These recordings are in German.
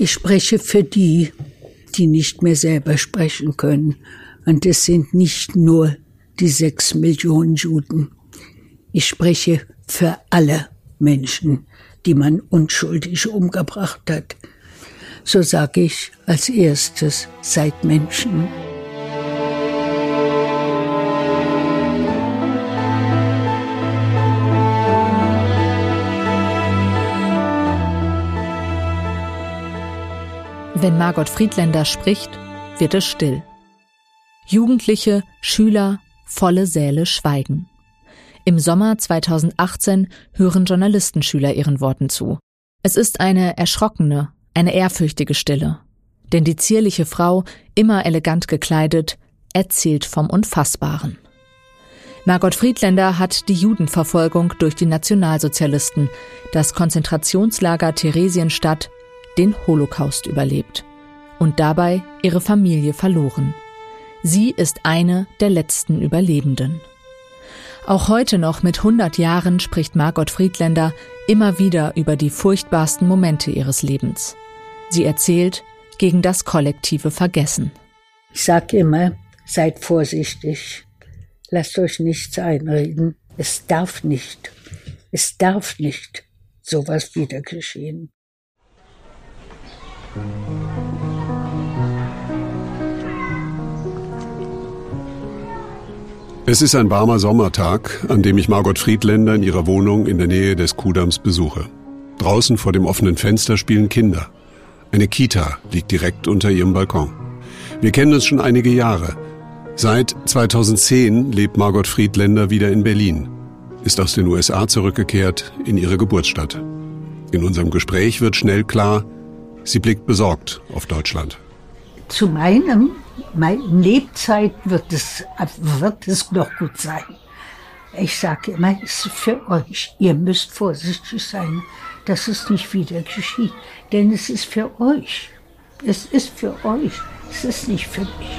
Ich spreche für die, die nicht mehr selber sprechen können. Und es sind nicht nur die 6 Millionen Juden. Ich spreche für alle Menschen, die man unschuldig umgebracht hat. So sage ich als erstes, seid Menschen. Wenn Margot Friedländer spricht, wird es still. Jugendliche, Schüler, volle Säle schweigen. Im Sommer 2018 hören Journalistenschüler ihren Worten zu. Es ist eine erschrockene, eine ehrfürchtige Stille. Denn die zierliche Frau, immer elegant gekleidet, erzählt vom Unfassbaren. Margot Friedländer hat die Judenverfolgung durch die Nationalsozialisten, das Konzentrationslager Theresienstadt, den Holocaust überlebt und dabei ihre Familie verloren. Sie ist eine der letzten Überlebenden. Auch heute noch mit 100 Jahren spricht Margot Friedländer immer wieder über die furchtbarsten Momente ihres Lebens. Sie erzählt gegen das kollektive Vergessen. Ich sage immer, seid vorsichtig. Lasst euch nichts einreden. Es darf nicht sowas wieder geschehen. Es ist ein warmer Sommertag, an dem ich Margot Friedländer in ihrer Wohnung in der Nähe des Kuhdamms besuche. Draußen vor dem offenen Fenster spielen Kinder. Eine Kita liegt direkt unter ihrem Balkon. Wir kennen uns schon einige Jahre. Seit 2010 lebt Margot Friedländer wieder in Berlin, ist aus den USA zurückgekehrt in ihre Geburtsstadt. In unserem Gespräch wird schnell klar, sie blickt besorgt auf Deutschland. Zu meiner Lebzeit wird es noch gut sein. Ich sage immer, es ist für euch. Ihr müsst vorsichtig sein, dass es nicht wieder geschieht. Denn es ist für euch. Es ist für euch. Es ist nicht für mich.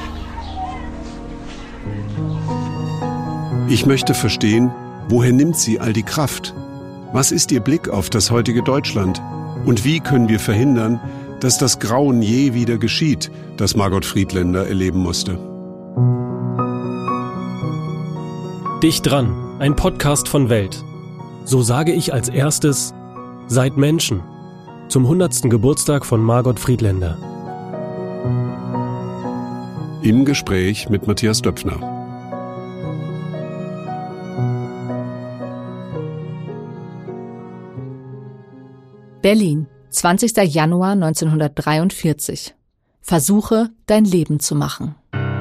Ich möchte verstehen, woher nimmt sie all die Kraft? Was ist ihr Blick auf das heutige Deutschland? Und wie können wir verhindern, dass das Grauen je wieder geschieht, das Margot Friedländer erleben musste? Dicht dran, ein Podcast von Welt. So sage ich als erstes, seid Menschen. Zum 100. Geburtstag von Margot Friedländer. Im Gespräch mit Matthias Döpfner. Berlin, 20. Januar 1943. Versuche, dein Leben zu machen.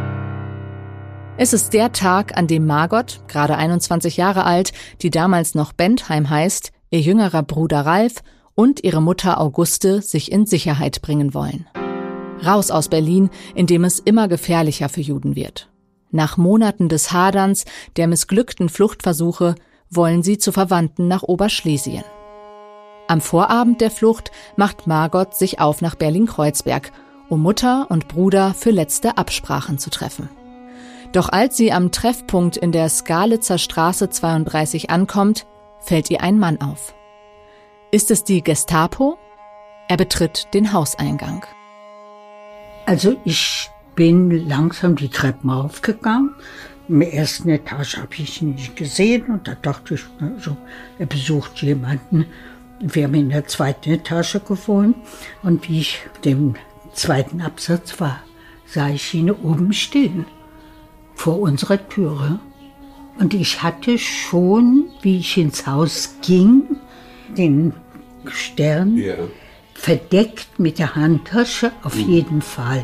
Es ist der Tag, an dem Margot, gerade 21 Jahre alt, die damals noch Bentheim heißt, ihr jüngerer Bruder Ralf und ihre Mutter Auguste sich in Sicherheit bringen wollen. Raus aus Berlin, in dem es immer gefährlicher für Juden wird. Nach Monaten des Haderns, der missglückten Fluchtversuche, wollen sie zu Verwandten nach Oberschlesien. Am Vorabend der Flucht macht Margot sich auf nach Berlin-Kreuzberg, um Mutter und Bruder für letzte Absprachen zu treffen. Doch als sie am Treffpunkt in der Skalitzer Straße 32 ankommt, fällt ihr ein Mann auf. Ist es die Gestapo? Er betritt den Hauseingang. Also ich bin langsam die Treppen aufgegangen. In der ersten Etage habe ich ihn nicht gesehen und da dachte ich, also, er besucht jemanden. Wir haben in der zweiten Etage gewohnt und wie ich dem zweiten Absatz war, sah ich ihn oben stehen, vor unserer Türe. Und ich hatte schon, wie ich ins Haus ging, den Stern verdeckt mit der Handtasche, auf jeden Fall.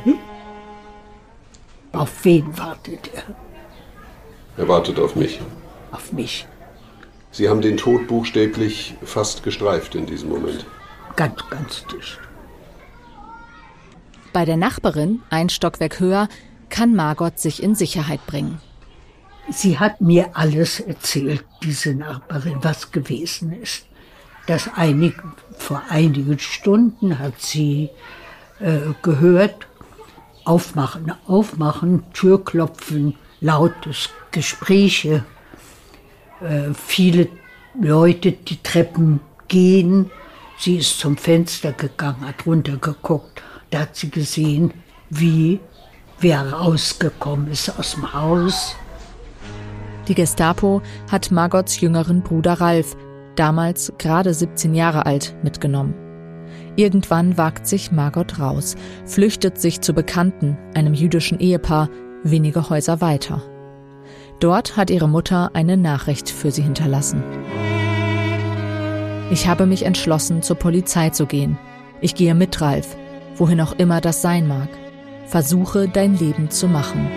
Auf wen wartet er? Er wartet auf mich. Auf mich. Sie haben den Tod buchstäblich fast gestreift in diesem Moment. Ganz, ganz dicht. Bei der Nachbarin, ein Stockwerk höher, kann Margot sich in Sicherheit bringen. Sie hat mir alles erzählt, diese Nachbarin, was gewesen ist. Vor einigen Stunden hat sie gehört, aufmachen, Tür klopfen, lautes Gespräche. Viele Leute die Treppen gehen, Sie ist zum Fenster gegangen, hat runtergeguckt. Da hat sie gesehen, wer rausgekommen ist aus dem Haus. Die Gestapo hat Margots jüngeren Bruder Ralf, damals gerade 17 Jahre alt, mitgenommen. Irgendwann wagt sich Margot raus, flüchtet sich zu Bekannten, einem jüdischen Ehepaar, wenige Häuser weiter. Dort hat ihre Mutter eine Nachricht für sie hinterlassen. Ich habe mich entschlossen, zur Polizei zu gehen. Ich gehe mit Ralf, wohin auch immer das sein mag. Versuche, dein Leben zu machen.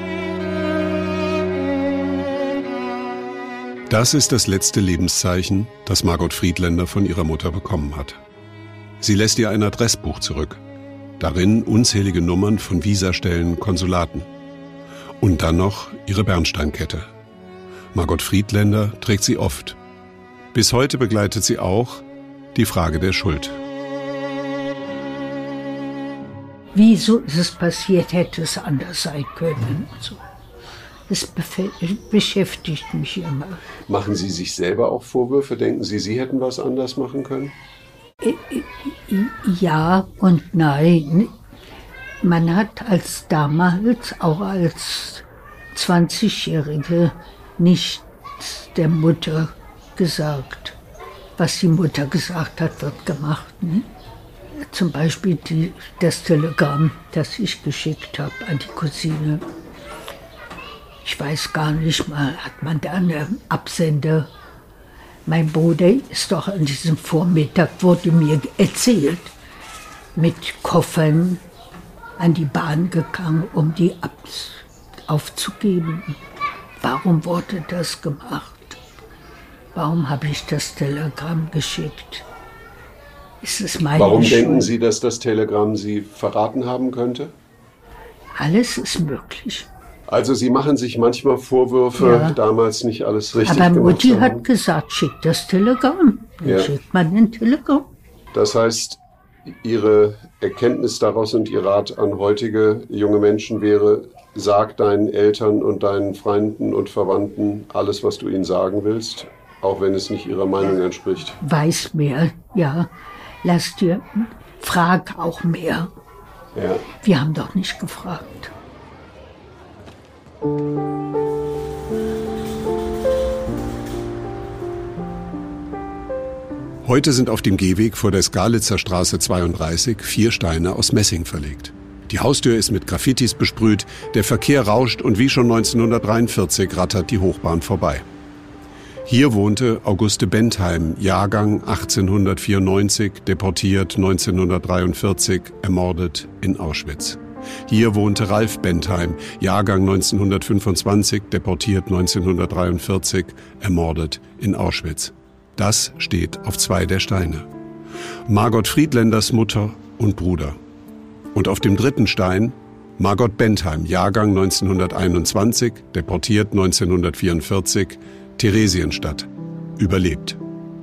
Das ist das letzte Lebenszeichen, das Margot Friedländer von ihrer Mutter bekommen hat. Sie lässt ihr ein Adressbuch zurück. Darin unzählige Nummern von Visastellen, Konsulaten. Und dann noch ihre Bernsteinkette. Margot Friedländer trägt sie oft. Bis heute begleitet sie auch die Frage der Schuld. Wieso ist es passiert, hätte es anders sein können. So. Das beschäftigt mich immer. Machen Sie sich selber auch Vorwürfe? Denken Sie, Sie hätten was anders machen können? Ja und nein. Man hat damals, auch als 20-Jährige, nicht der Mutter gesagt. Was die Mutter gesagt hat, wird gemacht. Ne? Zum Beispiel das Telegramm, das ich geschickt habe an die Cousine. Ich weiß gar nicht mal, hat man da einen Absender? Mein Bruder ist doch an diesem Vormittag, wurde mir erzählt, mit Koffern an die Bahn gegangen, um die aufzugeben. Warum wurde das gemacht? Warum habe ich das Telegramm geschickt? Ist es meine Warum Schuld? denken Sie, dass das Telegramm Sie verraten haben könnte? Alles ist möglich. Also Sie machen sich manchmal Vorwürfe, damals nicht alles richtig gemacht Aber Mutti haben. hat gesagt, schickt das Telegramm. Dann schickt man ein Telegramm. Das heißt, Ihre Erkenntnis daraus und Ihr Rat an heutige junge Menschen wäre, sag deinen Eltern und deinen Freunden und Verwandten alles, was du ihnen sagen willst, auch wenn es nicht ihrer Meinung entspricht. Weiß mehr, ja. Frag auch mehr. Ja. Wir haben doch nicht gefragt. Heute sind auf dem Gehweg vor der Skalitzer Straße 32 4 Steine aus Messing verlegt. Die Haustür ist mit Graffitis besprüht, der Verkehr rauscht und wie schon 1943 rattert die Hochbahn vorbei. Hier wohnte Auguste Bentheim, Jahrgang 1894, deportiert 1943, ermordet in Auschwitz. Hier wohnte Ralf Bentheim, Jahrgang 1925, deportiert 1943, ermordet in Auschwitz. Das steht auf 2 der Steine. Margot Friedländers Mutter und Bruder. Und auf dem 3. Stein Margot Bentheim, Jahrgang 1921, deportiert 1944, Theresienstadt, überlebt.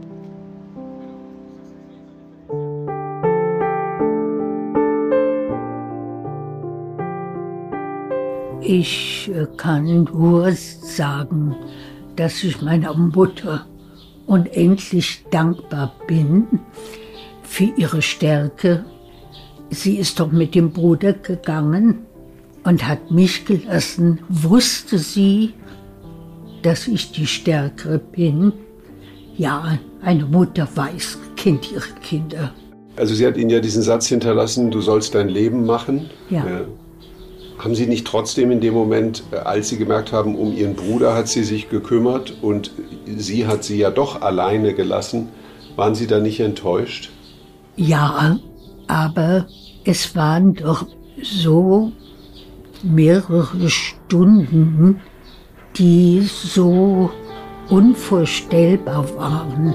Ich kann nur sagen, dass ich meiner Mutter unendlich dankbar bin für ihre Stärke. Sie ist doch mit dem Bruder gegangen und hat mich gelassen. Wusste sie, dass ich die Stärkere bin? Ja, eine Mutter weiß, kennt ihre Kinder. Also sie hat Ihnen ja diesen Satz hinterlassen, du sollst dein Leben machen. Ja. Haben Sie nicht trotzdem in dem Moment, als Sie gemerkt haben, um Ihren Bruder hat sie sich gekümmert und sie hat sie ja doch alleine gelassen, waren Sie da nicht enttäuscht? Ja, aber es waren doch so mehrere Stunden, die so unvorstellbar waren.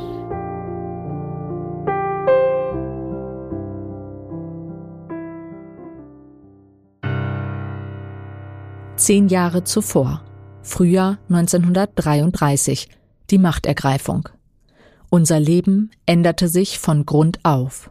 Zehn Jahre zuvor, Frühjahr 1933, die Machtergreifung. Unser Leben änderte sich von Grund auf.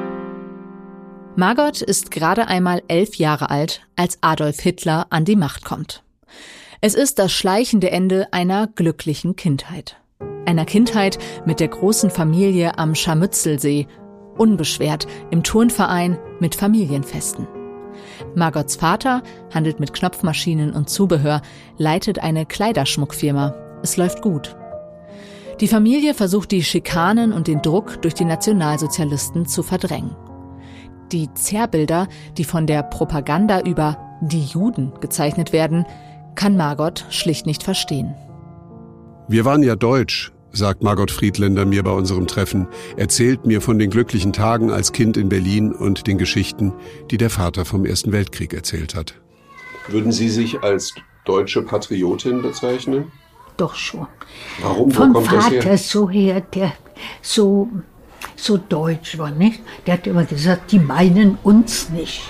Margot ist gerade einmal 11 Jahre alt, als Adolf Hitler an die Macht kommt. Es ist das schleichende Ende einer glücklichen Kindheit. Einer Kindheit mit der großen Familie am Scharmützelsee unbeschwert, im Turnverein, mit Familienfesten. Margots Vater handelt mit Knopfmaschinen und Zubehör, leitet eine Kleiderschmuckfirma. Es läuft gut. Die Familie versucht, die Schikanen und den Druck durch die Nationalsozialisten zu verdrängen. Die Zerrbilder, die von der Propaganda über die Juden gezeichnet werden, kann Margot schlicht nicht verstehen. Wir waren ja deutsch, sagt Margot Friedländer mir bei unserem Treffen, erzählt mir von den glücklichen Tagen als Kind in Berlin und den Geschichten, die der Vater vom Ersten Weltkrieg erzählt hat. Würden Sie sich als deutsche Patriotin bezeichnen? Doch schon. Warum? Von Wo kommt das her? Vater so her, der so deutsch war, nicht? Der hat immer gesagt, die meinen uns nicht.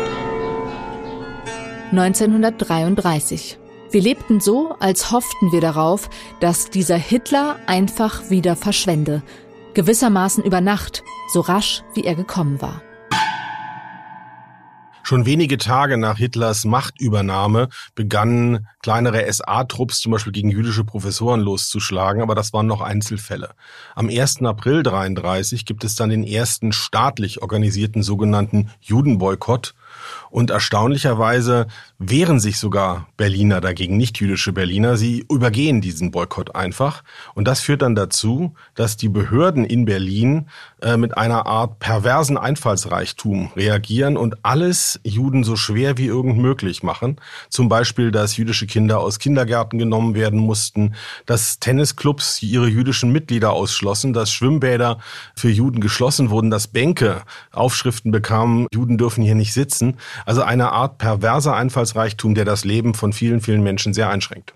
1933. Wir lebten so, als hofften wir darauf, dass dieser Hitler einfach wieder verschwende. Gewissermaßen über Nacht, so rasch, wie er gekommen war. Schon wenige Tage nach Hitlers Machtübernahme begannen kleinere SA-Trupps zum Beispiel gegen jüdische Professoren loszuschlagen, aber das waren noch Einzelfälle. Am 1. April 1933 gibt es dann den ersten staatlich organisierten sogenannten Judenboykott. Und erstaunlicherweise wehren sich sogar Berliner dagegen, nicht jüdische Berliner. Sie übergehen diesen Boykott einfach. Und das führt dann dazu, dass die Behörden in Berlin mit einer Art perversen Einfallsreichtum reagieren und alles Juden so schwer wie irgend möglich machen. Zum Beispiel, dass jüdische Kinder aus Kindergärten genommen werden mussten, dass Tennisclubs ihre jüdischen Mitglieder ausschlossen, dass Schwimmbäder für Juden geschlossen wurden, dass Bänke Aufschriften bekamen, Juden dürfen hier nicht sitzen. Also eine Art perverser Einfallsreichtum, der das Leben von vielen, vielen Menschen sehr einschränkt.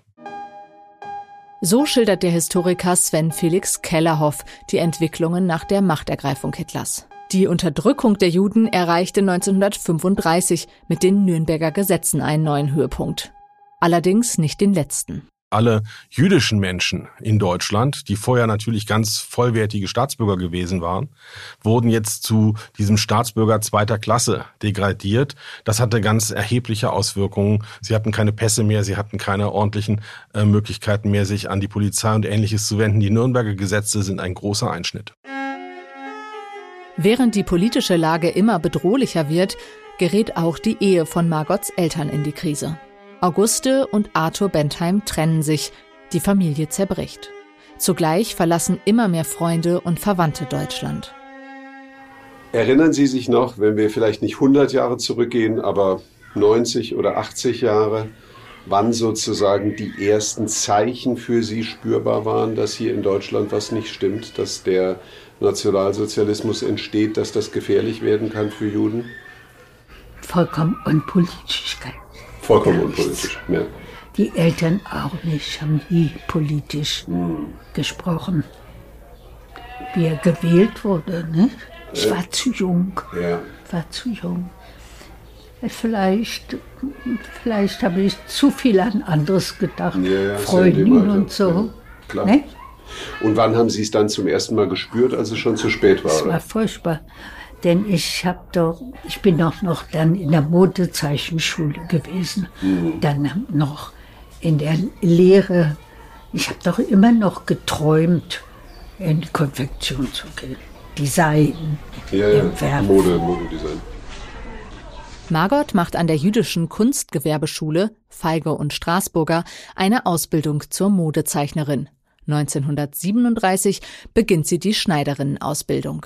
So schildert der Historiker Sven Felix Kellerhoff die Entwicklungen nach der Machtergreifung Hitlers. Die Unterdrückung der Juden erreichte 1935 mit den Nürnberger Gesetzen einen neuen Höhepunkt. Allerdings nicht den letzten. Alle jüdischen Menschen in Deutschland, die vorher natürlich ganz vollwertige Staatsbürger gewesen waren, wurden jetzt zu diesem Staatsbürger zweiter Klasse degradiert. Das hatte ganz erhebliche Auswirkungen. Sie hatten keine Pässe mehr, sie hatten keine ordentlichen Möglichkeiten mehr, sich an die Polizei und Ähnliches zu wenden. Die Nürnberger Gesetze sind ein großer Einschnitt. Während die politische Lage immer bedrohlicher wird, gerät auch die Ehe von Margots Eltern in die Krise. Auguste und Arthur Bentheim trennen sich, die Familie zerbricht. Zugleich verlassen immer mehr Freunde und Verwandte Deutschland. Erinnern Sie sich noch, wenn wir vielleicht nicht 100 Jahre zurückgehen, aber 90 oder 80 Jahre, wann sozusagen die ersten Zeichen für Sie spürbar waren, dass hier in Deutschland was nicht stimmt, dass der Nationalsozialismus entsteht, dass das gefährlich werden kann für Juden? Vollkommen unpolitisch. Vollkommen unpolitisch, ja. Die Eltern auch nicht, haben nie politisch gesprochen. Wie er gewählt wurde, ne? Ich war zu jung. Ja. Vielleicht habe ich zu viel an anderes gedacht. Ja, Freundinnen und so. Ja, klar. Ne? Und wann haben Sie es dann zum ersten Mal gespürt, als es schon zu spät war? Das war furchtbar. Denn ich bin noch dann in der Modezeichenschule gewesen. Dann noch in der Lehre. Ich habe doch immer noch geträumt, in die Konfektion zu gehen. Design, Entwerfen. Modedesign. Margot macht an der jüdischen Kunstgewerbeschule Feige und Straßburger eine Ausbildung zur Modezeichnerin. 1937 beginnt sie die Schneiderinnenausbildung.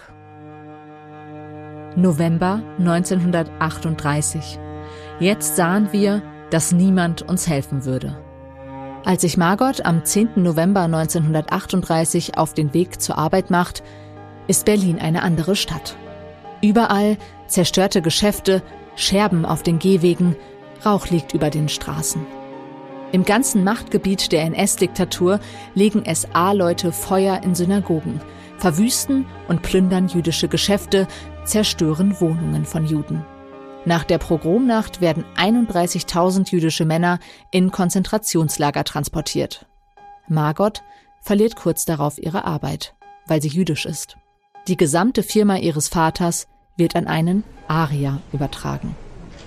November 1938. Jetzt sahen wir, dass niemand uns helfen würde. Als sich Margot am 10. November 1938 auf den Weg zur Arbeit macht, ist Berlin eine andere Stadt. Überall zerstörte Geschäfte, Scherben auf den Gehwegen, Rauch liegt über den Straßen. Im ganzen Machtgebiet der NS-Diktatur legen SA-Leute Feuer in Synagogen, verwüsten und plündern jüdische Geschäfte, zerstören Wohnungen von Juden. Nach der Pogromnacht werden 31.000 jüdische Männer in Konzentrationslager transportiert. Margot verliert kurz darauf ihre Arbeit, weil sie jüdisch ist. Die gesamte Firma ihres Vaters wird an einen Arier übertragen.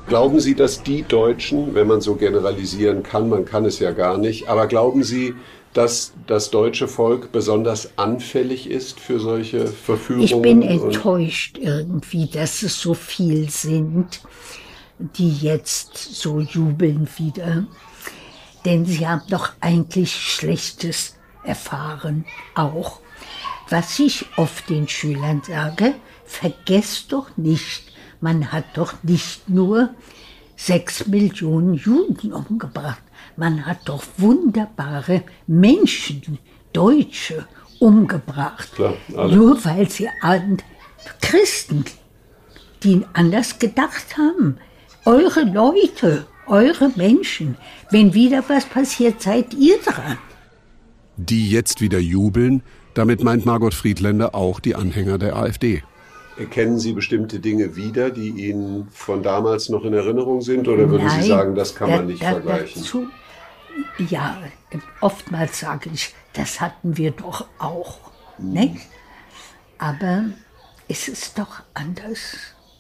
Glauben Sie, dass die Deutschen, wenn man so generalisieren kann, man kann es ja gar nicht, aber glauben Sie, dass das deutsche Volk besonders anfällig ist für solche Verführungen? Ich bin enttäuscht irgendwie, dass es so viel sind, die jetzt so jubeln wieder. Denn sie haben doch eigentlich Schlechtes erfahren auch. Was ich oft den Schülern sage, vergesst doch nicht, man hat doch nicht nur 6 Millionen Juden umgebracht. Man hat doch wunderbare Menschen, Deutsche, umgebracht. Klar, alle. Nur weil sie Christen, die anders gedacht haben. Eure Leute, eure Menschen, wenn wieder was passiert, seid ihr dran. Die jetzt wieder jubeln, damit meint Margot Friedländer auch die Anhänger der AfD. Erkennen Sie bestimmte Dinge wieder, die Ihnen von damals noch in Erinnerung sind? Oder würden Sie sagen, das kann man nicht vergleichen? Ja, oftmals sage ich, das hatten wir doch auch. Nicht? Aber es ist doch anders.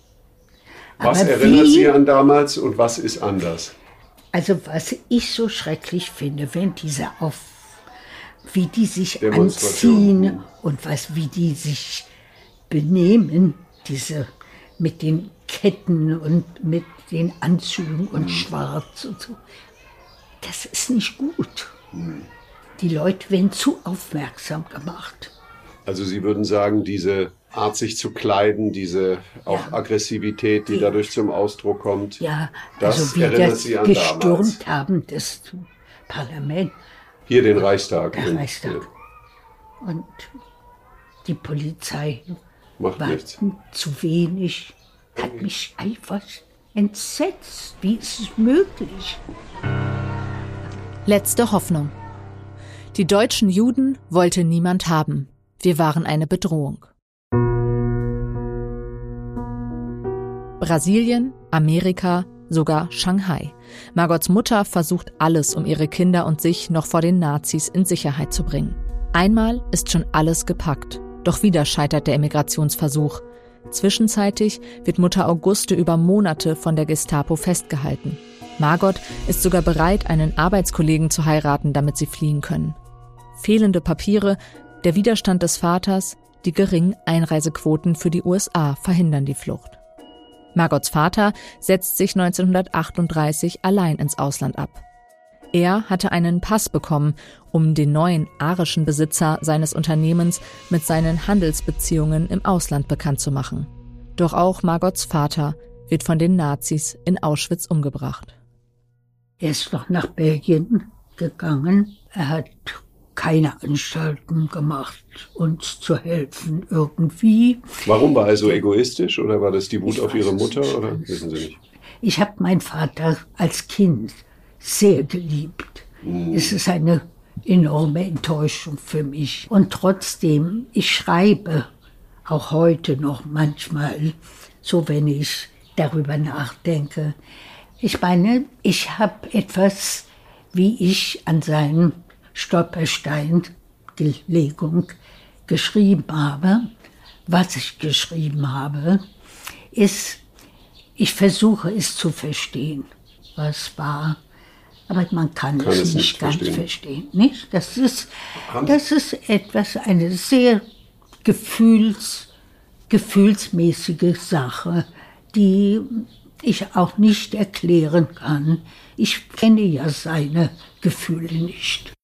Was erinnert Sie an damals und was ist anders? Also was ich so schrecklich finde, wenn diese wie die sich anziehen und wie die sich benehmen, diese mit den Ketten und mit den Anzügen und schwarz und so. Das ist nicht gut. Die Leute werden zu aufmerksam gemacht. Also Sie würden sagen, diese Art, sich zu kleiden, diese auch Aggressivität, die dadurch zum Ausdruck kommt, das also wie erinnert Sie an gestürmt damals. Haben, das Parlament. Hier den Reichstag. Der Reichstag. Und die Polizei macht war nichts. Zu wenig. Hat mich einfach entsetzt. Wie ist es möglich? Letzte Hoffnung. Die deutschen Juden wollte niemand haben. Wir waren eine Bedrohung. Brasilien, Amerika, sogar Shanghai. Margots Mutter versucht alles, um ihre Kinder und sich noch vor den Nazis in Sicherheit zu bringen. Einmal ist schon alles gepackt, doch wieder scheitert der Emigrationsversuch. Zwischenzeitlich wird Mutter Auguste über Monate von der Gestapo festgehalten. Margot ist sogar bereit, einen Arbeitskollegen zu heiraten, damit sie fliehen können. Fehlende Papiere, der Widerstand des Vaters, die geringen Einreisequoten für die USA verhindern die Flucht. Margots Vater setzt sich 1938 allein ins Ausland ab. Er hatte einen Pass bekommen, um den neuen arischen Besitzer seines Unternehmens mit seinen Handelsbeziehungen im Ausland bekannt zu machen. Doch auch Margots Vater wird von den Nazis in Auschwitz umgebracht. Er ist noch nach Belgien gegangen. Er hat keine Anstalten gemacht, uns zu helfen irgendwie. Warum war er so egoistisch oder war das die Wut auf Ihre Mutter oder wissen Sie nicht? Ich habe meinen Vater als Kind sehr geliebt. Es ist eine enorme Enttäuschung für mich. Und trotzdem, ich schreibe auch heute noch manchmal, so wenn ich darüber nachdenke. Ich meine, ich habe etwas, wie ich an seinem Stolpersteinlegung geschrieben habe. Was ich geschrieben habe, ist, ich versuche es zu verstehen, was war. Aber man kann es nicht ganz verstehen. Nicht? Das ist etwas, eine sehr gefühlsmäßige Sache, die ich auch nicht erklären kann. Ich kenne ja seine Gefühle nicht.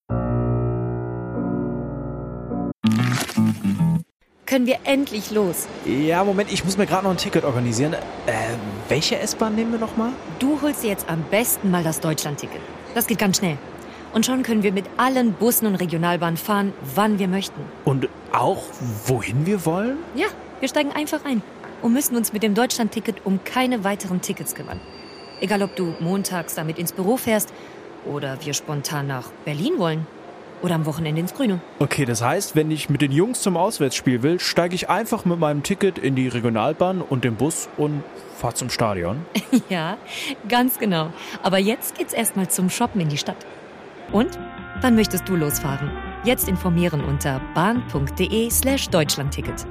Können wir endlich los? Ja, Moment, ich muss mir gerade noch ein Ticket organisieren. Welche S-Bahn nehmen wir nochmal? Du holst dir jetzt am besten mal das Deutschland-Ticket. Das geht ganz schnell. Und schon können wir mit allen Bussen und Regionalbahnen fahren, wann wir möchten. Und auch, wohin wir wollen? Ja, wir steigen einfach ein und müssen uns mit dem Deutschland-Ticket um keine weiteren Tickets kümmern. Egal, ob du montags damit ins Büro fährst oder wir spontan nach Berlin wollen. Oder am Wochenende ins Grüne. Okay, das heißt, wenn ich mit den Jungs zum Auswärtsspiel will, steige ich einfach mit meinem Ticket in die Regionalbahn und den Bus und fahre zum Stadion? Ja, ganz genau. Aber jetzt geht's erstmal zum Shoppen in die Stadt. Und? Wann möchtest du losfahren? Jetzt informieren unter bahn.de/Deutschlandticket.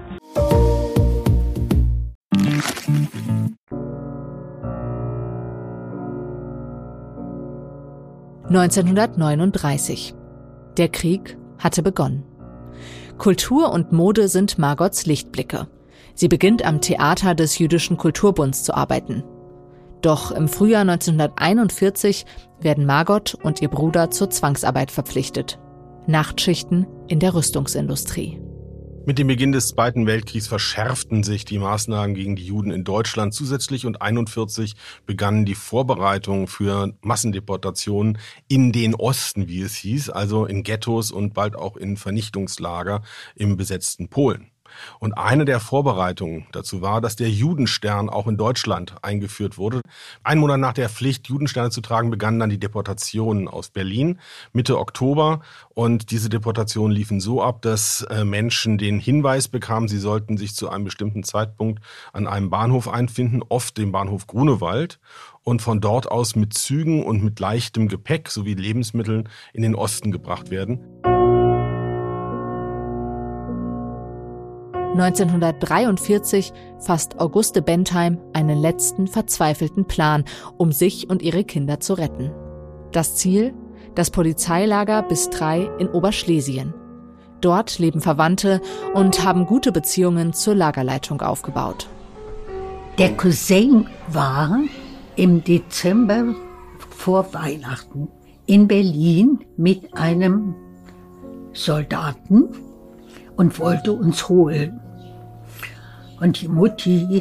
1939. Der Krieg hatte begonnen. Kultur und Mode sind Margots Lichtblicke. Sie beginnt am Theater des Jüdischen Kulturbunds zu arbeiten. Doch im Frühjahr 1941 werden Margot und ihr Bruder zur Zwangsarbeit verpflichtet. Nachtschichten in der Rüstungsindustrie. Mit dem Beginn des Zweiten Weltkriegs verschärften sich die Maßnahmen gegen die Juden in Deutschland zusätzlich und 1941 begannen die Vorbereitungen für Massendeportationen in den Osten, wie es hieß, also in Ghettos und bald auch in Vernichtungslager im besetzten Polen. Und eine der Vorbereitungen dazu war, dass der Judenstern auch in Deutschland eingeführt wurde. 1 Monat nach der Pflicht, Judensterne zu tragen, begannen dann die Deportationen aus Berlin Mitte Oktober. Und diese Deportationen liefen so ab, dass Menschen den Hinweis bekamen, sie sollten sich zu einem bestimmten Zeitpunkt an einem Bahnhof einfinden, oft dem Bahnhof Grunewald, und von dort aus mit Zügen und mit leichtem Gepäck sowie Lebensmitteln in den Osten gebracht werden. 1943 fasst Auguste Bentheim einen letzten verzweifelten Plan, um sich und ihre Kinder zu retten. Das Ziel? Das Polizeilager Bistrei in Oberschlesien. Dort leben Verwandte und haben gute Beziehungen zur Lagerleitung aufgebaut. Der Cousin war im Dezember vor Weihnachten in Berlin mit einem Soldaten und wollte uns holen. Und die Mutti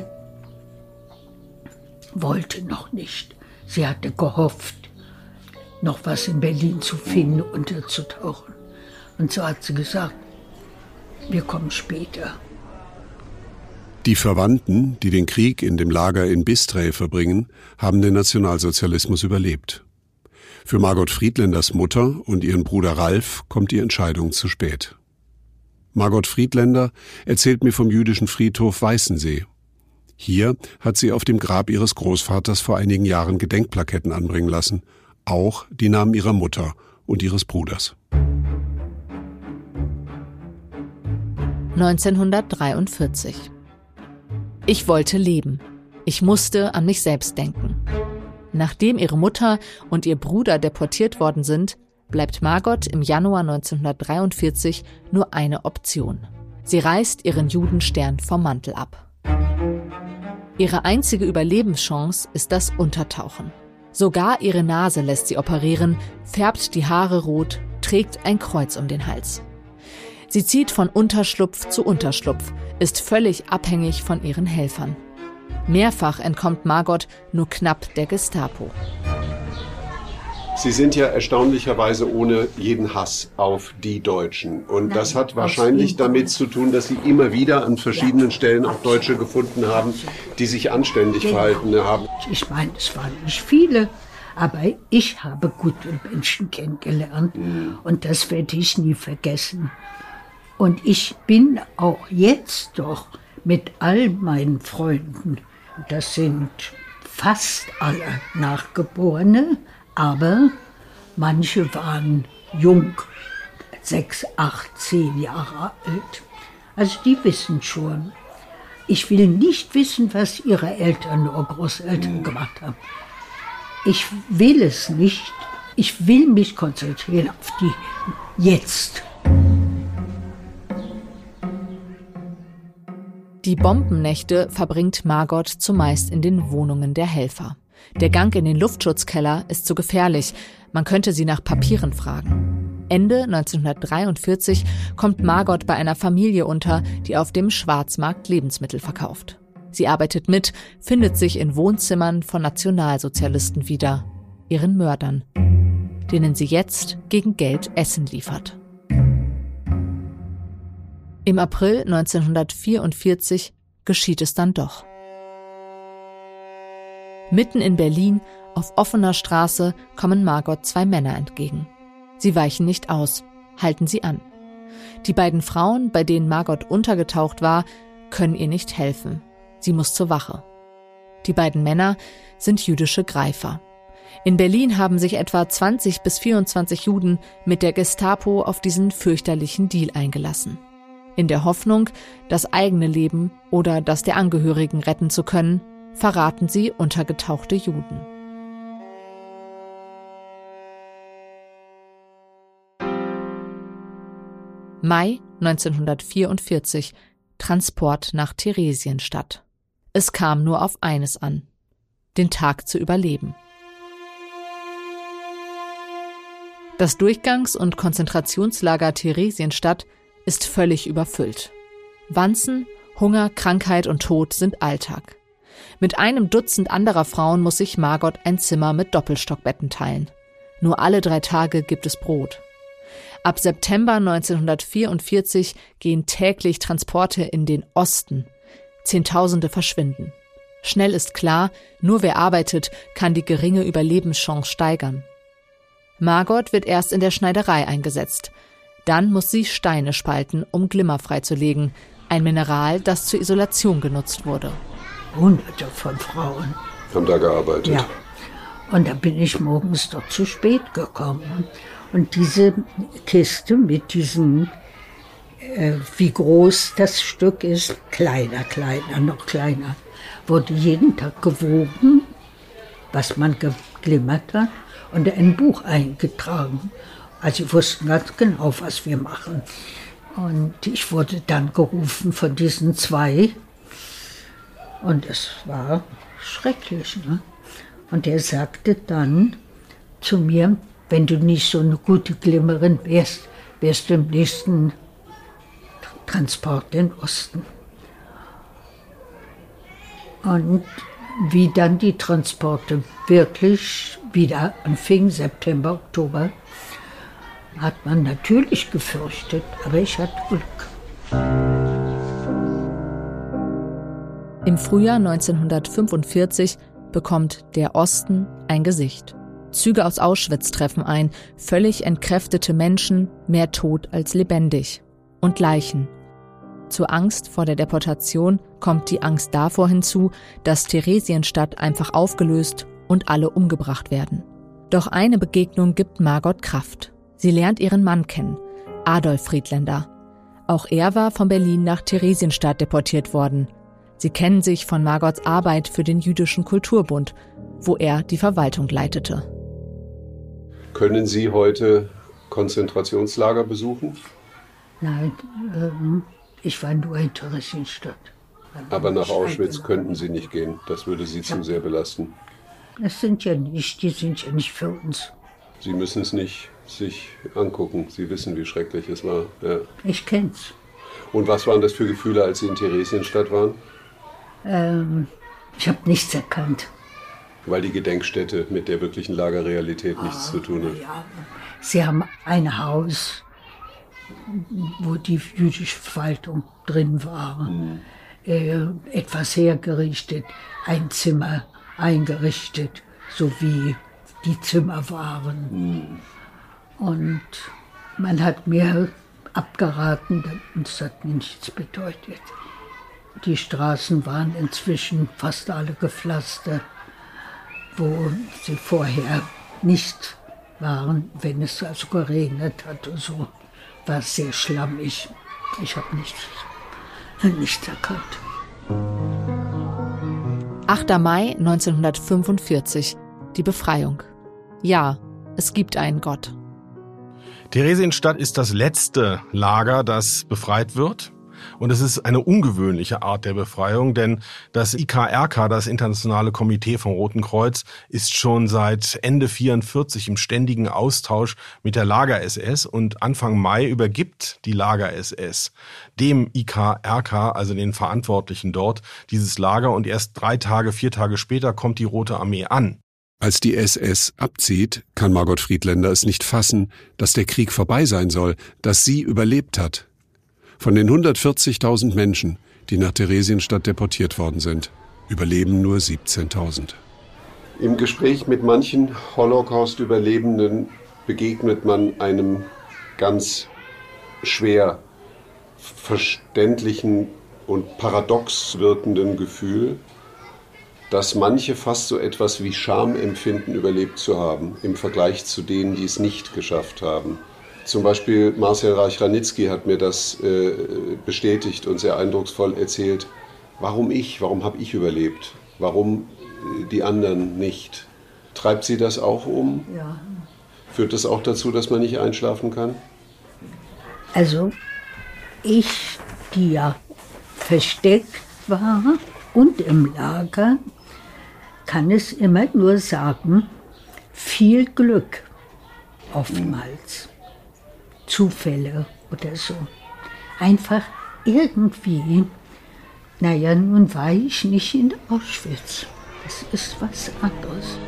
wollte noch nicht. Sie hatte gehofft, noch was in Berlin zu finden, unterzutauchen. Und so hat sie gesagt, wir kommen später. Die Verwandten, die den Krieg in dem Lager in Bistrei verbringen, haben den Nationalsozialismus überlebt. Für Margot Friedländers Mutter und ihren Bruder Ralf kommt die Entscheidung zu spät. Margot Friedländer erzählt mir vom jüdischen Friedhof Weißensee. Hier hat sie auf dem Grab ihres Großvaters vor einigen Jahren Gedenkplaketten anbringen lassen, auch die Namen ihrer Mutter und ihres Bruders. 1943. Ich wollte leben. Ich musste an mich selbst denken. Nachdem ihre Mutter und ihr Bruder deportiert worden sind, bleibt Margot im Januar 1943 nur eine Option. Sie reißt ihren Judenstern vom Mantel ab. Ihre einzige Überlebenschance ist das Untertauchen. Sogar ihre Nase lässt sie operieren, färbt die Haare rot, trägt ein Kreuz um den Hals. Sie zieht von Unterschlupf zu Unterschlupf, ist völlig abhängig von ihren Helfern. Mehrfach entkommt Margot nur knapp der Gestapo. Sie sind ja erstaunlicherweise ohne jeden Hass auf die Deutschen. Und das hat wahrscheinlich damit zu tun, dass Sie immer wieder an verschiedenen Stellen auch Deutsche gefunden haben, die sich anständig verhalten haben. Ich meine, es waren nicht viele, aber ich habe gute Menschen kennengelernt. Und das werde ich nie vergessen. Und ich bin auch jetzt doch mit all meinen Freunden, das sind fast alle Nachgeborene, aber manche waren jung, 6, 8, 10 Jahre alt. Also die wissen schon. Ich will nicht wissen, was ihre Eltern oder Großeltern gemacht haben. Ich will es nicht. Ich will mich konzentrieren auf die jetzt. Die Bombennächte verbringt Margot zumeist in den Wohnungen der Helfer. Der Gang in den Luftschutzkeller ist zu gefährlich. Man könnte sie nach Papieren fragen. Ende 1943 kommt Margot bei einer Familie unter, die auf dem Schwarzmarkt Lebensmittel verkauft. Sie arbeitet mit, findet sich in Wohnzimmern von Nationalsozialisten wieder, ihren Mördern, denen sie jetzt gegen Geld Essen liefert. Im April 1944 geschieht es dann doch. Mitten in Berlin, auf offener Straße, kommen Margot 2 Männer entgegen. Sie weichen nicht aus, halten sie an. Die beiden Frauen, bei denen Margot untergetaucht war, können ihr nicht helfen. Sie muss zur Wache. Die beiden Männer sind jüdische Greifer. In Berlin haben sich etwa 20 bis 24 Juden mit der Gestapo auf diesen fürchterlichen Deal eingelassen. In der Hoffnung, das eigene Leben oder das der Angehörigen retten zu können, verraten sie untergetauchte Juden. Mai 1944, Transport nach Theresienstadt. Es kam nur auf eines an: den Tag zu überleben. Das Durchgangs- und Konzentrationslager Theresienstadt ist völlig überfüllt. Wanzen, Hunger, Krankheit und Tod sind Alltag. Mit einem Dutzend anderer Frauen muss sich Margot ein Zimmer mit Doppelstockbetten teilen. Nur alle 3 Tage gibt es Brot. Ab September 1944 gehen täglich Transporte in den Osten. Zehntausende verschwinden. Schnell ist klar, nur wer arbeitet, kann die geringe Überlebenschance steigern. Margot wird erst in der Schneiderei eingesetzt. Dann muss sie Steine spalten, um Glimmer freizulegen, ein Mineral, das zur Isolation genutzt wurde. Hunderte von Frauen haben da gearbeitet. Ja. Und da bin ich morgens doch zu spät gekommen. Und diese Kiste mit diesem, wie groß das Stück ist, kleiner, noch kleiner, wurde jeden Tag gewogen, was man geglimmert hat, und in ein Buch eingetragen. Also sie wussten ganz genau, was wir machen. Und ich wurde dann gerufen von diesen 2. Und es war schrecklich. Ne? Und er sagte dann zu mir, wenn du nicht so eine gute Glimmerin wärst, wärst du im nächsten Transport in den Osten. Und wie dann die Transporte wirklich wieder anfingen, September, Oktober, hat man natürlich gefürchtet, aber ich hatte Glück. Im Frühjahr 1945 bekommt der Osten ein Gesicht. Züge aus Auschwitz treffen ein, völlig entkräftete Menschen, mehr tot als lebendig. Und Leichen. Zur Angst vor der Deportation kommt die Angst davor hinzu, dass Theresienstadt einfach aufgelöst und alle umgebracht werden. Doch eine Begegnung gibt Margot Kraft. Sie lernt ihren Mann kennen, Adolf Friedländer. Auch er war von Berlin nach Theresienstadt deportiert worden. Sie kennen sich von Margots Arbeit für den Jüdischen Kulturbund, wo er die Verwaltung leitete. Können Sie heute Konzentrationslager besuchen? Nein, ich war nur in Theresienstadt. Aber nach Auschwitz könnten Sie nicht gehen. Das würde Sie zu sehr belasten. Die sind ja nicht für uns. Sie müssen es nicht sich angucken. Sie wissen, wie schrecklich es war. Ja. Ich kenn's. Und was waren das für Gefühle, als Sie in Theresienstadt waren? Ich habe nichts erkannt. Weil die Gedenkstätte mit der wirklichen Lagerrealität nichts zu tun hat. Ja. Sie haben ein Haus, wo die jüdische Verwaltung drin war. Etwas hergerichtet, ein Zimmer eingerichtet, so wie die Zimmer waren. Und man hat mir abgeraten, das hat mir nichts bedeutet. Die Straßen waren inzwischen fast alle gepflastert, wo sie vorher nicht waren, wenn es also geregnet hat und so. War sehr schlammig. Ich habe nichts erkannt. 8. Mai 1945, die Befreiung. Ja, es gibt einen Gott. Theresienstadt ist das letzte Lager, das befreit wird. Und es ist eine ungewöhnliche Art der Befreiung, denn das IKRK, das Internationale Komitee vom Roten Kreuz, ist schon seit Ende 1944 im ständigen Austausch mit der Lager-SS und Anfang Mai übergibt die Lager-SS dem IKRK, also den Verantwortlichen dort, dieses Lager, und erst 4 Tage später kommt die Rote Armee an. Als die SS abzieht, kann Margot Friedländer es nicht fassen, dass der Krieg vorbei sein soll, dass sie überlebt hat. Von den 140.000 Menschen, die nach Theresienstadt deportiert worden sind, überleben nur 17.000. Im Gespräch mit manchen Holocaust-Überlebenden begegnet man einem ganz schwer verständlichen und paradox wirkenden Gefühl, dass manche fast so etwas wie Scham empfinden, überlebt zu haben, im Vergleich zu denen, die es nicht geschafft haben. Zum Beispiel Marcel Reich-Ranitzky hat mir das bestätigt und sehr eindrucksvoll erzählt. Warum ich? Warum habe ich überlebt? Warum die anderen nicht? Treibt Sie das auch um? Ja. Führt das auch dazu, dass man nicht einschlafen kann? Also Ich, die ja versteckt war und im Lager, kann es immer nur sagen, viel Glück oftmals. Zufälle oder so. Einfach irgendwie, naja, nun war ich nicht in Auschwitz. Das ist was anderes.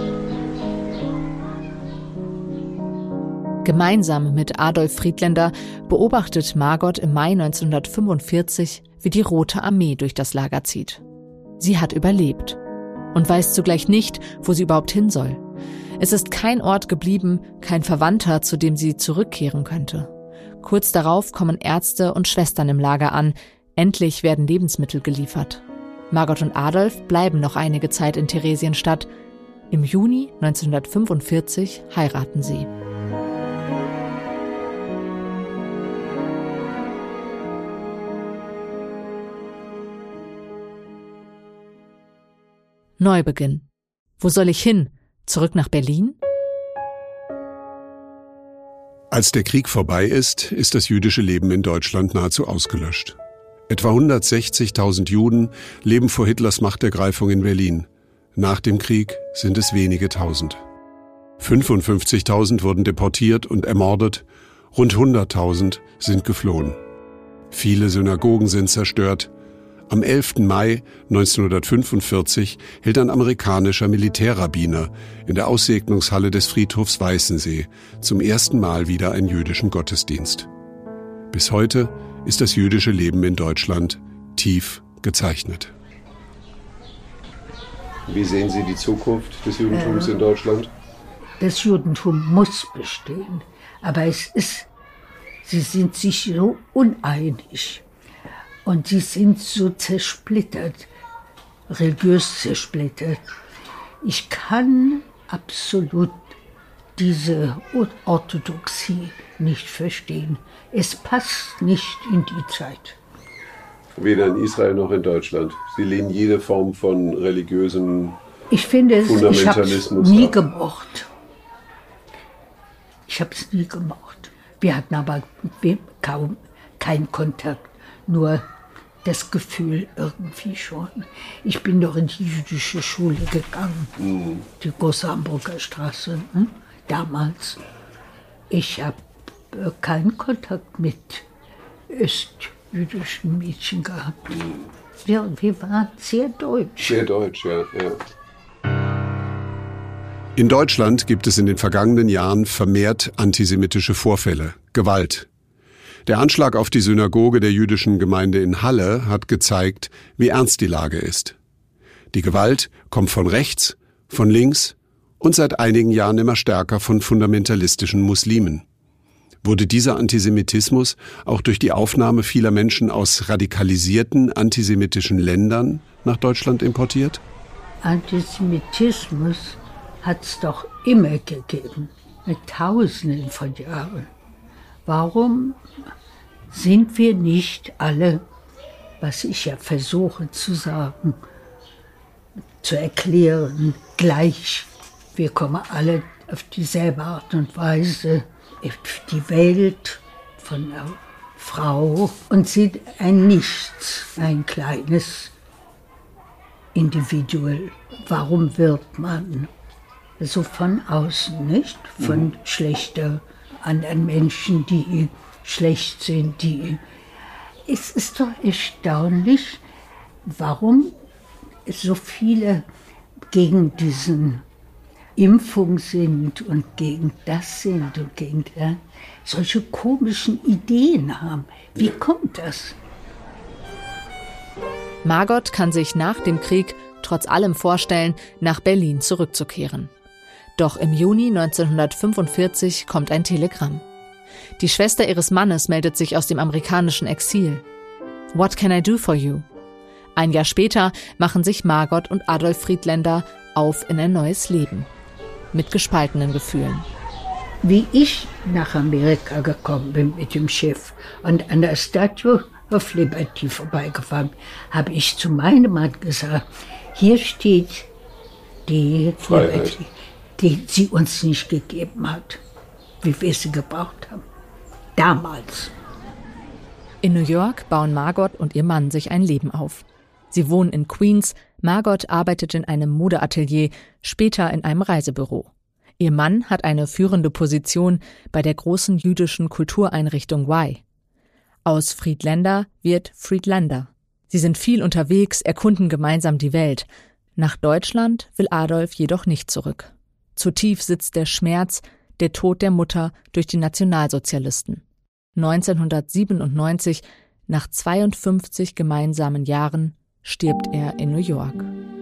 Gemeinsam mit Adolf Friedländer beobachtet Margot im Mai 1945, wie die Rote Armee durch das Lager zieht. Sie hat überlebt und weiß zugleich nicht, wo sie überhaupt hin soll. Es ist kein Ort geblieben, kein Verwandter, zu dem sie zurückkehren könnte. Kurz darauf kommen Ärzte und Schwestern im Lager an. Endlich werden Lebensmittel geliefert. Margot und Adolf bleiben noch einige Zeit in Theresienstadt. Im Juni 1945 heiraten sie. Neubeginn. Wo soll ich hin? Zurück nach Berlin? Als der Krieg vorbei ist, ist das jüdische Leben in Deutschland nahezu ausgelöscht. Etwa 160.000 Juden leben vor Hitlers Machtergreifung in Berlin. Nach dem Krieg sind es wenige Tausend. 55.000 wurden deportiert und ermordet, rund 100.000 sind geflohen. Viele Synagogen sind zerstört. Am 11. Mai 1945 hält ein amerikanischer Militärrabbiner in der Aussegnungshalle des Friedhofs Weißensee zum ersten Mal wieder einen jüdischen Gottesdienst. Bis heute ist das jüdische Leben in Deutschland tief gezeichnet. Wie sehen Sie die Zukunft des Judentums in Deutschland? Das Judentum muss bestehen, aber sie sind sich so uneinig. Und sie sind so zersplittert, religiös zersplittert. Ich kann absolut diese Orthodoxie nicht verstehen. Es passt nicht in die Zeit. Weder in Israel noch in Deutschland. Sie lehnen jede Form von religiösem ich habe es nie gemocht. Ich habe es nie gemocht. Wir hatten aber kaum keinen Kontakt, nur das Gefühl irgendwie schon. Ich bin doch in die jüdische Schule gegangen, die große Hamburger Straße, damals. Ich habe keinen Kontakt mit östjüdischen Mädchen gehabt. Ja, wir waren sehr deutsch. Sehr deutsch, ja. In Deutschland gibt es in den vergangenen Jahren vermehrt antisemitische Vorfälle, Gewalt. Der Anschlag auf die Synagoge der jüdischen Gemeinde in Halle hat gezeigt, wie ernst die Lage ist. Die Gewalt kommt von rechts, von links und seit einigen Jahren immer stärker von fundamentalistischen Muslimen. Wurde dieser Antisemitismus auch durch die Aufnahme vieler Menschen aus radikalisierten antisemitischen Ländern nach Deutschland importiert? Antisemitismus hat es doch immer gegeben, mit Tausenden von Jahren. Warum sind wir nicht alle, was ich ja versuche zu sagen, zu erklären, gleich? Wir kommen alle auf dieselbe Art und Weise auf die Welt von einer Frau und sind ein Nichts, ein kleines Individuum. Warum wird man so von außen, nicht? Von schlechter anderen Menschen, die schlecht sind, Es ist doch erstaunlich, warum so viele gegen diesen Impfung sind und gegen das sind und gegen das, solche komischen Ideen haben. Wie kommt das? Margot kann sich nach dem Krieg trotz allem vorstellen, nach Berlin zurückzukehren. Doch im Juni 1945 kommt ein Telegramm. Die Schwester ihres Mannes meldet sich aus dem amerikanischen Exil. What can I do for you? Ein Jahr später machen sich Margot und Adolf Friedländer auf in ein neues Leben. Mit gespaltenen Gefühlen. Wie ich nach Amerika gekommen bin mit dem Schiff und an der Statue of Liberty vorbeigefahren, habe ich zu meinem Mann gesagt, hier steht die Freiheit, die sie uns nicht gegeben hat, wie wir sie gebraucht haben. Damals. In New York bauen Margot und ihr Mann sich ein Leben auf. Sie wohnen in Queens, Margot arbeitet in einem Modeatelier, später in einem Reisebüro. Ihr Mann hat eine führende Position bei der großen jüdischen Kultureinrichtung Y. Aus Friedländer wird Friedlander. Sie sind viel unterwegs, erkunden gemeinsam die Welt. Nach Deutschland will Adolf jedoch nicht zurück. Zu tief sitzt der Schmerz, der Tod der Mutter durch die Nationalsozialisten. 1997, nach 52 gemeinsamen Jahren, stirbt er in New York.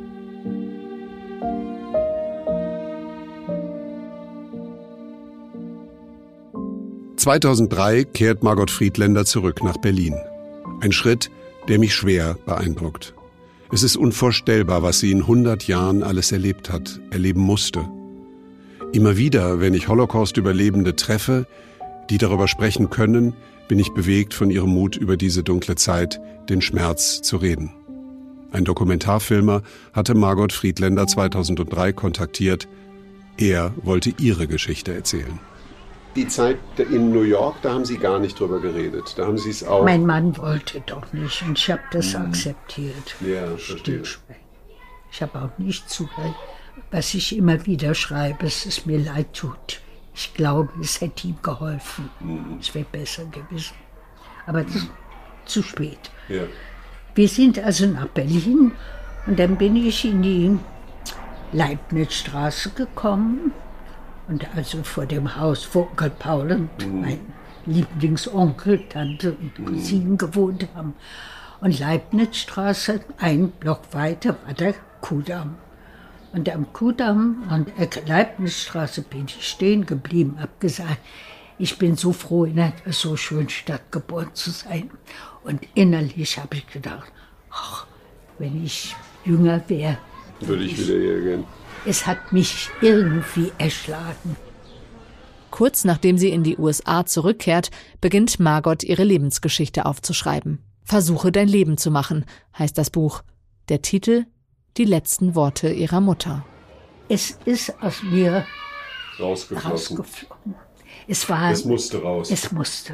(2003) kehrt Margot Friedländer zurück nach Berlin. Ein Schritt, der mich schwer beeindruckt. Es ist unvorstellbar, was sie in 100 Jahren alles erlebt hat, erleben musste. Immer wieder, wenn ich Holocaust-Überlebende treffe, die darüber sprechen können, bin ich bewegt von ihrem Mut, über diese dunkle Zeit, den Schmerz zu reden. Ein Dokumentarfilmer hatte Margot Friedländer 2003 kontaktiert. Er wollte ihre Geschichte erzählen. Die Zeit in New York, da haben Sie gar nicht drüber geredet. Da haben Sie es auch... Mein Mann wollte doch nicht und ich habe das akzeptiert. Ja, verstehe. Ich habe auch nicht zugehört, was ich immer wieder schreibe, dass es mir leid tut. Ich glaube, es hätte ihm geholfen. Es wäre besser gewesen. Aber zu spät. Ja. Wir sind also nach Berlin und dann bin ich in die Leibnizstraße gekommen. Und also vor dem Haus, wo Onkel Paul und mein Lieblingsonkel, Tante und Cousinen gewohnt haben. Und Leibnizstraße, ein Block weiter, war der Kudamm. Und am Kudamm und Leibnizstraße bin ich stehen geblieben, habe gesagt, ich bin so froh, in einer so schönen Stadt geboren zu sein. Und innerlich habe ich gedacht, ach, wenn ich jünger wäre, würde ich wieder hier gehen. Es hat mich irgendwie erschlagen. Kurz nachdem sie in die USA zurückkehrt, beginnt Margot ihre Lebensgeschichte aufzuschreiben. Versuche dein Leben zu machen, heißt das Buch. Der Titel: Die letzten Worte ihrer Mutter. Es ist aus mir rausgeflogen. Es musste raus. Es musste.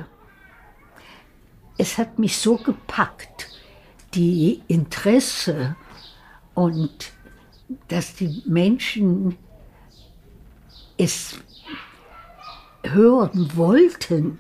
Es hat mich so gepackt, die Interesse und dass die Menschen es hören wollten,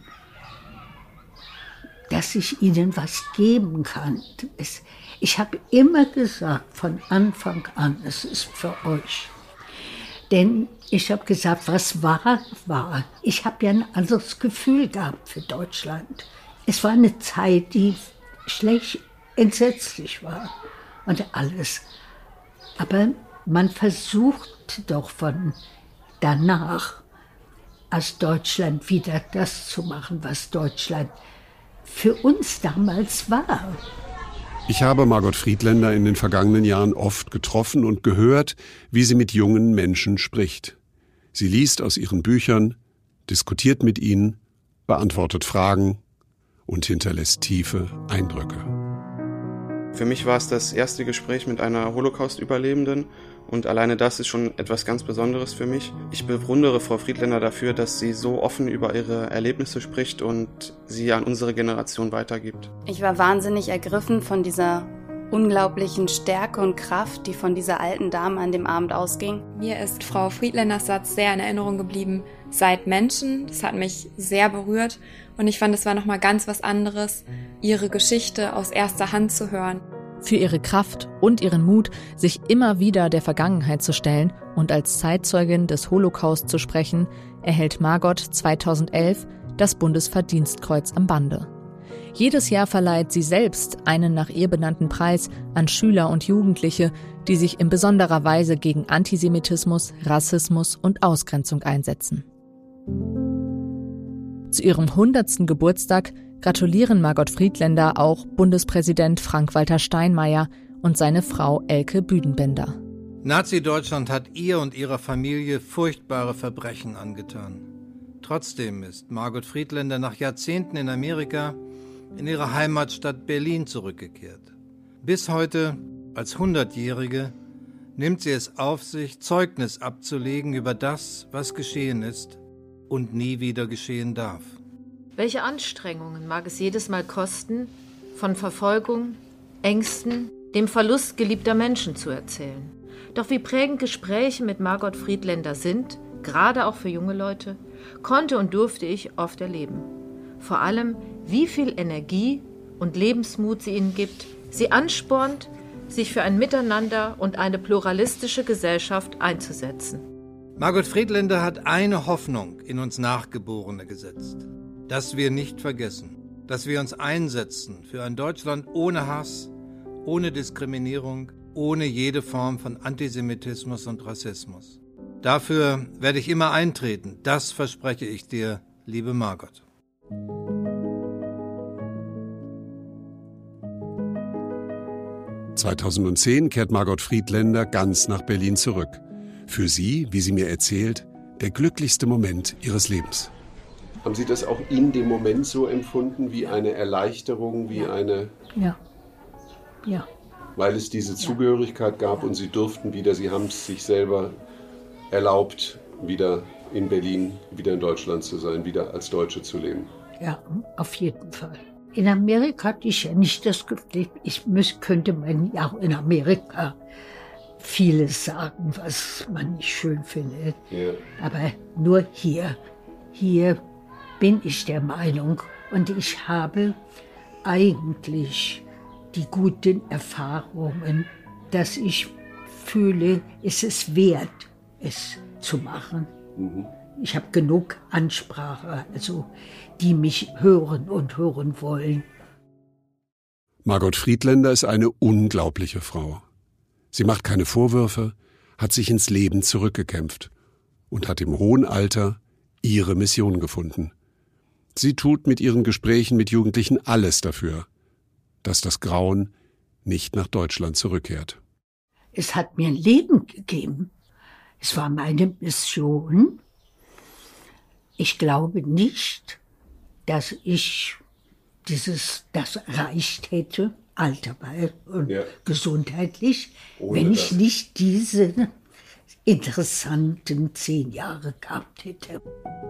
dass ich ihnen was geben kann. Ich habe immer gesagt, von Anfang an, es ist für euch. Denn ich habe gesagt, was war, war. Ich habe ja ein anderes Gefühl gehabt für Deutschland. Es war eine Zeit, die schlecht, entsetzlich war und alles. Aber man versucht doch von danach aus Deutschland wieder das zu machen, was Deutschland für uns damals war. Ich habe Margot Friedländer in den vergangenen Jahren oft getroffen und gehört, wie sie mit jungen Menschen spricht. Sie liest aus ihren Büchern, diskutiert mit ihnen, beantwortet Fragen und hinterlässt tiefe Eindrücke. Für mich war es das erste Gespräch mit einer Holocaust-Überlebenden und alleine das ist schon etwas ganz Besonderes für mich. Ich bewundere Frau Friedländer dafür, dass sie so offen über ihre Erlebnisse spricht und sie an unsere Generation weitergibt. Ich war wahnsinnig ergriffen von dieser unglaublichen Stärke und Kraft, die von dieser alten Dame an dem Abend ausging. Mir ist Frau Friedländers Satz sehr in Erinnerung geblieben. Seid Menschen, das hat mich sehr berührt und ich fand, es war nochmal ganz was anderes, ihre Geschichte aus erster Hand zu hören. Für ihre Kraft und ihren Mut, sich immer wieder der Vergangenheit zu stellen und als Zeitzeugin des Holocaust zu sprechen, erhält Margot 2011 das Bundesverdienstkreuz am Bande. Jedes Jahr verleiht sie selbst einen nach ihr benannten Preis an Schüler und Jugendliche, die sich in besonderer Weise gegen Antisemitismus, Rassismus und Ausgrenzung einsetzen. Zu ihrem 100. Geburtstag gratulieren Margot Friedländer auch Bundespräsident Frank-Walter Steinmeier und seine Frau Elke Büdenbender. Nazi-Deutschland hat ihr und ihrer Familie furchtbare Verbrechen angetan. Trotzdem ist Margot Friedländer nach Jahrzehnten in Amerika in ihre Heimatstadt Berlin zurückgekehrt. Bis heute, als 100-Jährige, nimmt sie es auf sich, Zeugnis abzulegen über das, was geschehen ist und nie wieder geschehen darf. Welche Anstrengungen mag es jedes Mal kosten, von Verfolgung, Ängsten, dem Verlust geliebter Menschen zu erzählen. Doch wie prägend Gespräche mit Margot Friedländer sind, gerade auch für junge Leute, konnte und durfte ich oft erleben. Vor allem, wie viel Energie und Lebensmut sie ihnen gibt, sie anspornt, sich für ein Miteinander und eine pluralistische Gesellschaft einzusetzen. Margot Friedländer hat eine Hoffnung in uns Nachgeborene gesetzt. Dass wir nicht vergessen, dass wir uns einsetzen für ein Deutschland ohne Hass, ohne Diskriminierung, ohne jede Form von Antisemitismus und Rassismus. Dafür werde ich immer eintreten, das verspreche ich dir, liebe Margot. (2010) kehrt Margot Friedländer ganz nach Berlin zurück. Für sie, wie sie mir erzählt, der glücklichste Moment ihres Lebens. Haben Sie das auch in dem Moment so empfunden, wie eine Erleichterung, wie eine... Ja. Weil es diese Zugehörigkeit gab und Sie durften wieder, Sie haben es sich selber erlaubt, wieder in Berlin, wieder in Deutschland zu sein, wieder als Deutsche zu leben. Ja, auf jeden Fall. In Amerika hatte ich ja nicht das Gefühl, könnte man ja auch in Amerika vieles sagen, was man nicht schön findet. Ja. Aber nur hier bin ich der Meinung und ich habe eigentlich die guten Erfahrungen, dass ich fühle, es ist wert, es zu machen. Mhm. Ich habe genug Ansprache, also die mich hören und hören wollen. Margot Friedländer ist eine unglaubliche Frau. Sie macht keine Vorwürfe, hat sich ins Leben zurückgekämpft und hat im hohen Alter ihre Mission gefunden. Sie tut mit ihren Gesprächen mit Jugendlichen alles dafür, dass das Grauen nicht nach Deutschland zurückkehrt. Es hat mir ein Leben gegeben. Es war meine Mission. Ich glaube nicht, dass ich das erreicht hätte, alterweise und gesundheitlich, wenn ich nicht diese interessanten 10 Jahre gehabt hätte.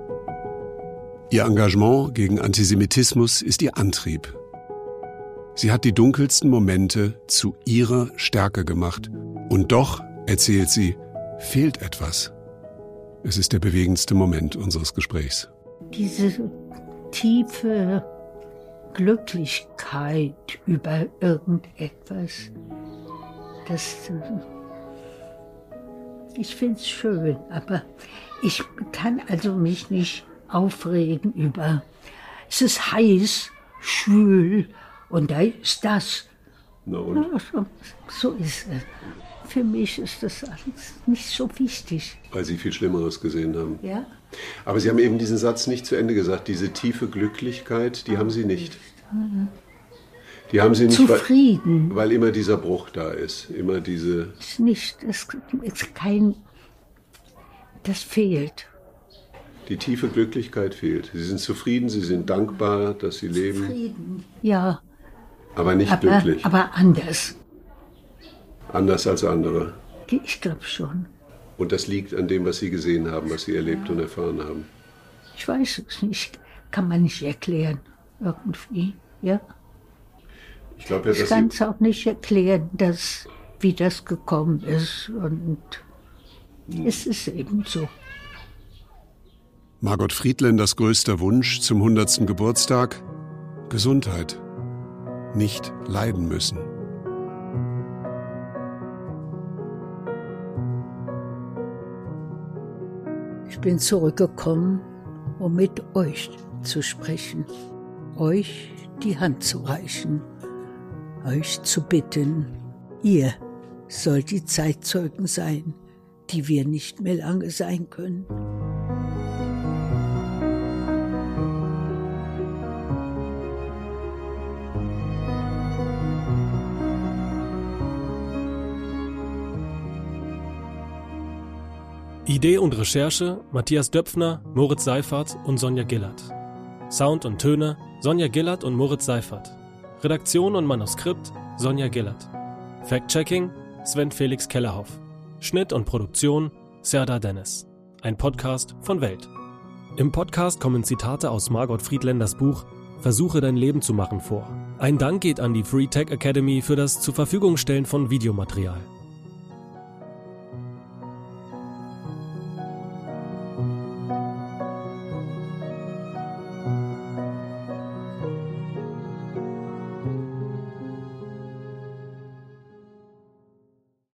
Ihr Engagement gegen Antisemitismus ist ihr Antrieb. Sie hat die dunkelsten Momente zu ihrer Stärke gemacht. Und doch, erzählt sie, fehlt etwas. Es ist der bewegendste Moment unseres Gesprächs. Diese tiefe Glücklichkeit über irgendetwas, ich finde es schön, aber ich kann also mich nicht aufregen über, es ist heiß, schwül und da ist das. So ist es. Für mich ist das alles nicht so wichtig. Weil Sie viel Schlimmeres gesehen haben. Ja. Aber Sie haben eben diesen Satz nicht zu Ende gesagt. Diese tiefe Glücklichkeit, die haben Sie nicht. Die haben Sie nicht, zufrieden. Weil immer dieser Bruch da ist. Immer diese... Es ist kein... Das fehlt. Die tiefe Glücklichkeit fehlt. Sie sind zufrieden, Sie sind dankbar, dass Sie leben. Zufrieden, ja. Aber nicht glücklich. Aber anders. Anders als andere. Ich glaube schon. Und das liegt an dem, was Sie gesehen haben, was Sie erlebt und erfahren haben. Ich weiß es nicht. Kann man nicht erklären. Irgendwie, ja. Ich glaube ja, dass ich kann es auch nicht erklären, wie das gekommen ist. Und es ist eben so. Margot Friedländers größter Wunsch zum 100. Geburtstag? Gesundheit. Nicht leiden müssen. Ich bin zurückgekommen, um mit euch zu sprechen, euch die Hand zu reichen, euch zu bitten, ihr sollt die Zeitzeugen sein, die wir nicht mehr lange sein können. Idee und Recherche Matthias Döpfner, Moritz Seifert und Sonja Gillert. Sound und Töne Sonja Gillert und Moritz Seifert. Redaktion und Manuskript Sonja Gillert. Fact-Checking Sven Felix Kellerhoff. Schnitt und Produktion Serdar Dennis. Ein Podcast von Welt. Im Podcast kommen Zitate aus Margot Friedländers Buch Versuche dein Leben zu machen vor. Ein Dank geht an die Free Tech Academy für das zur Verfügung stellen von Videomaterial.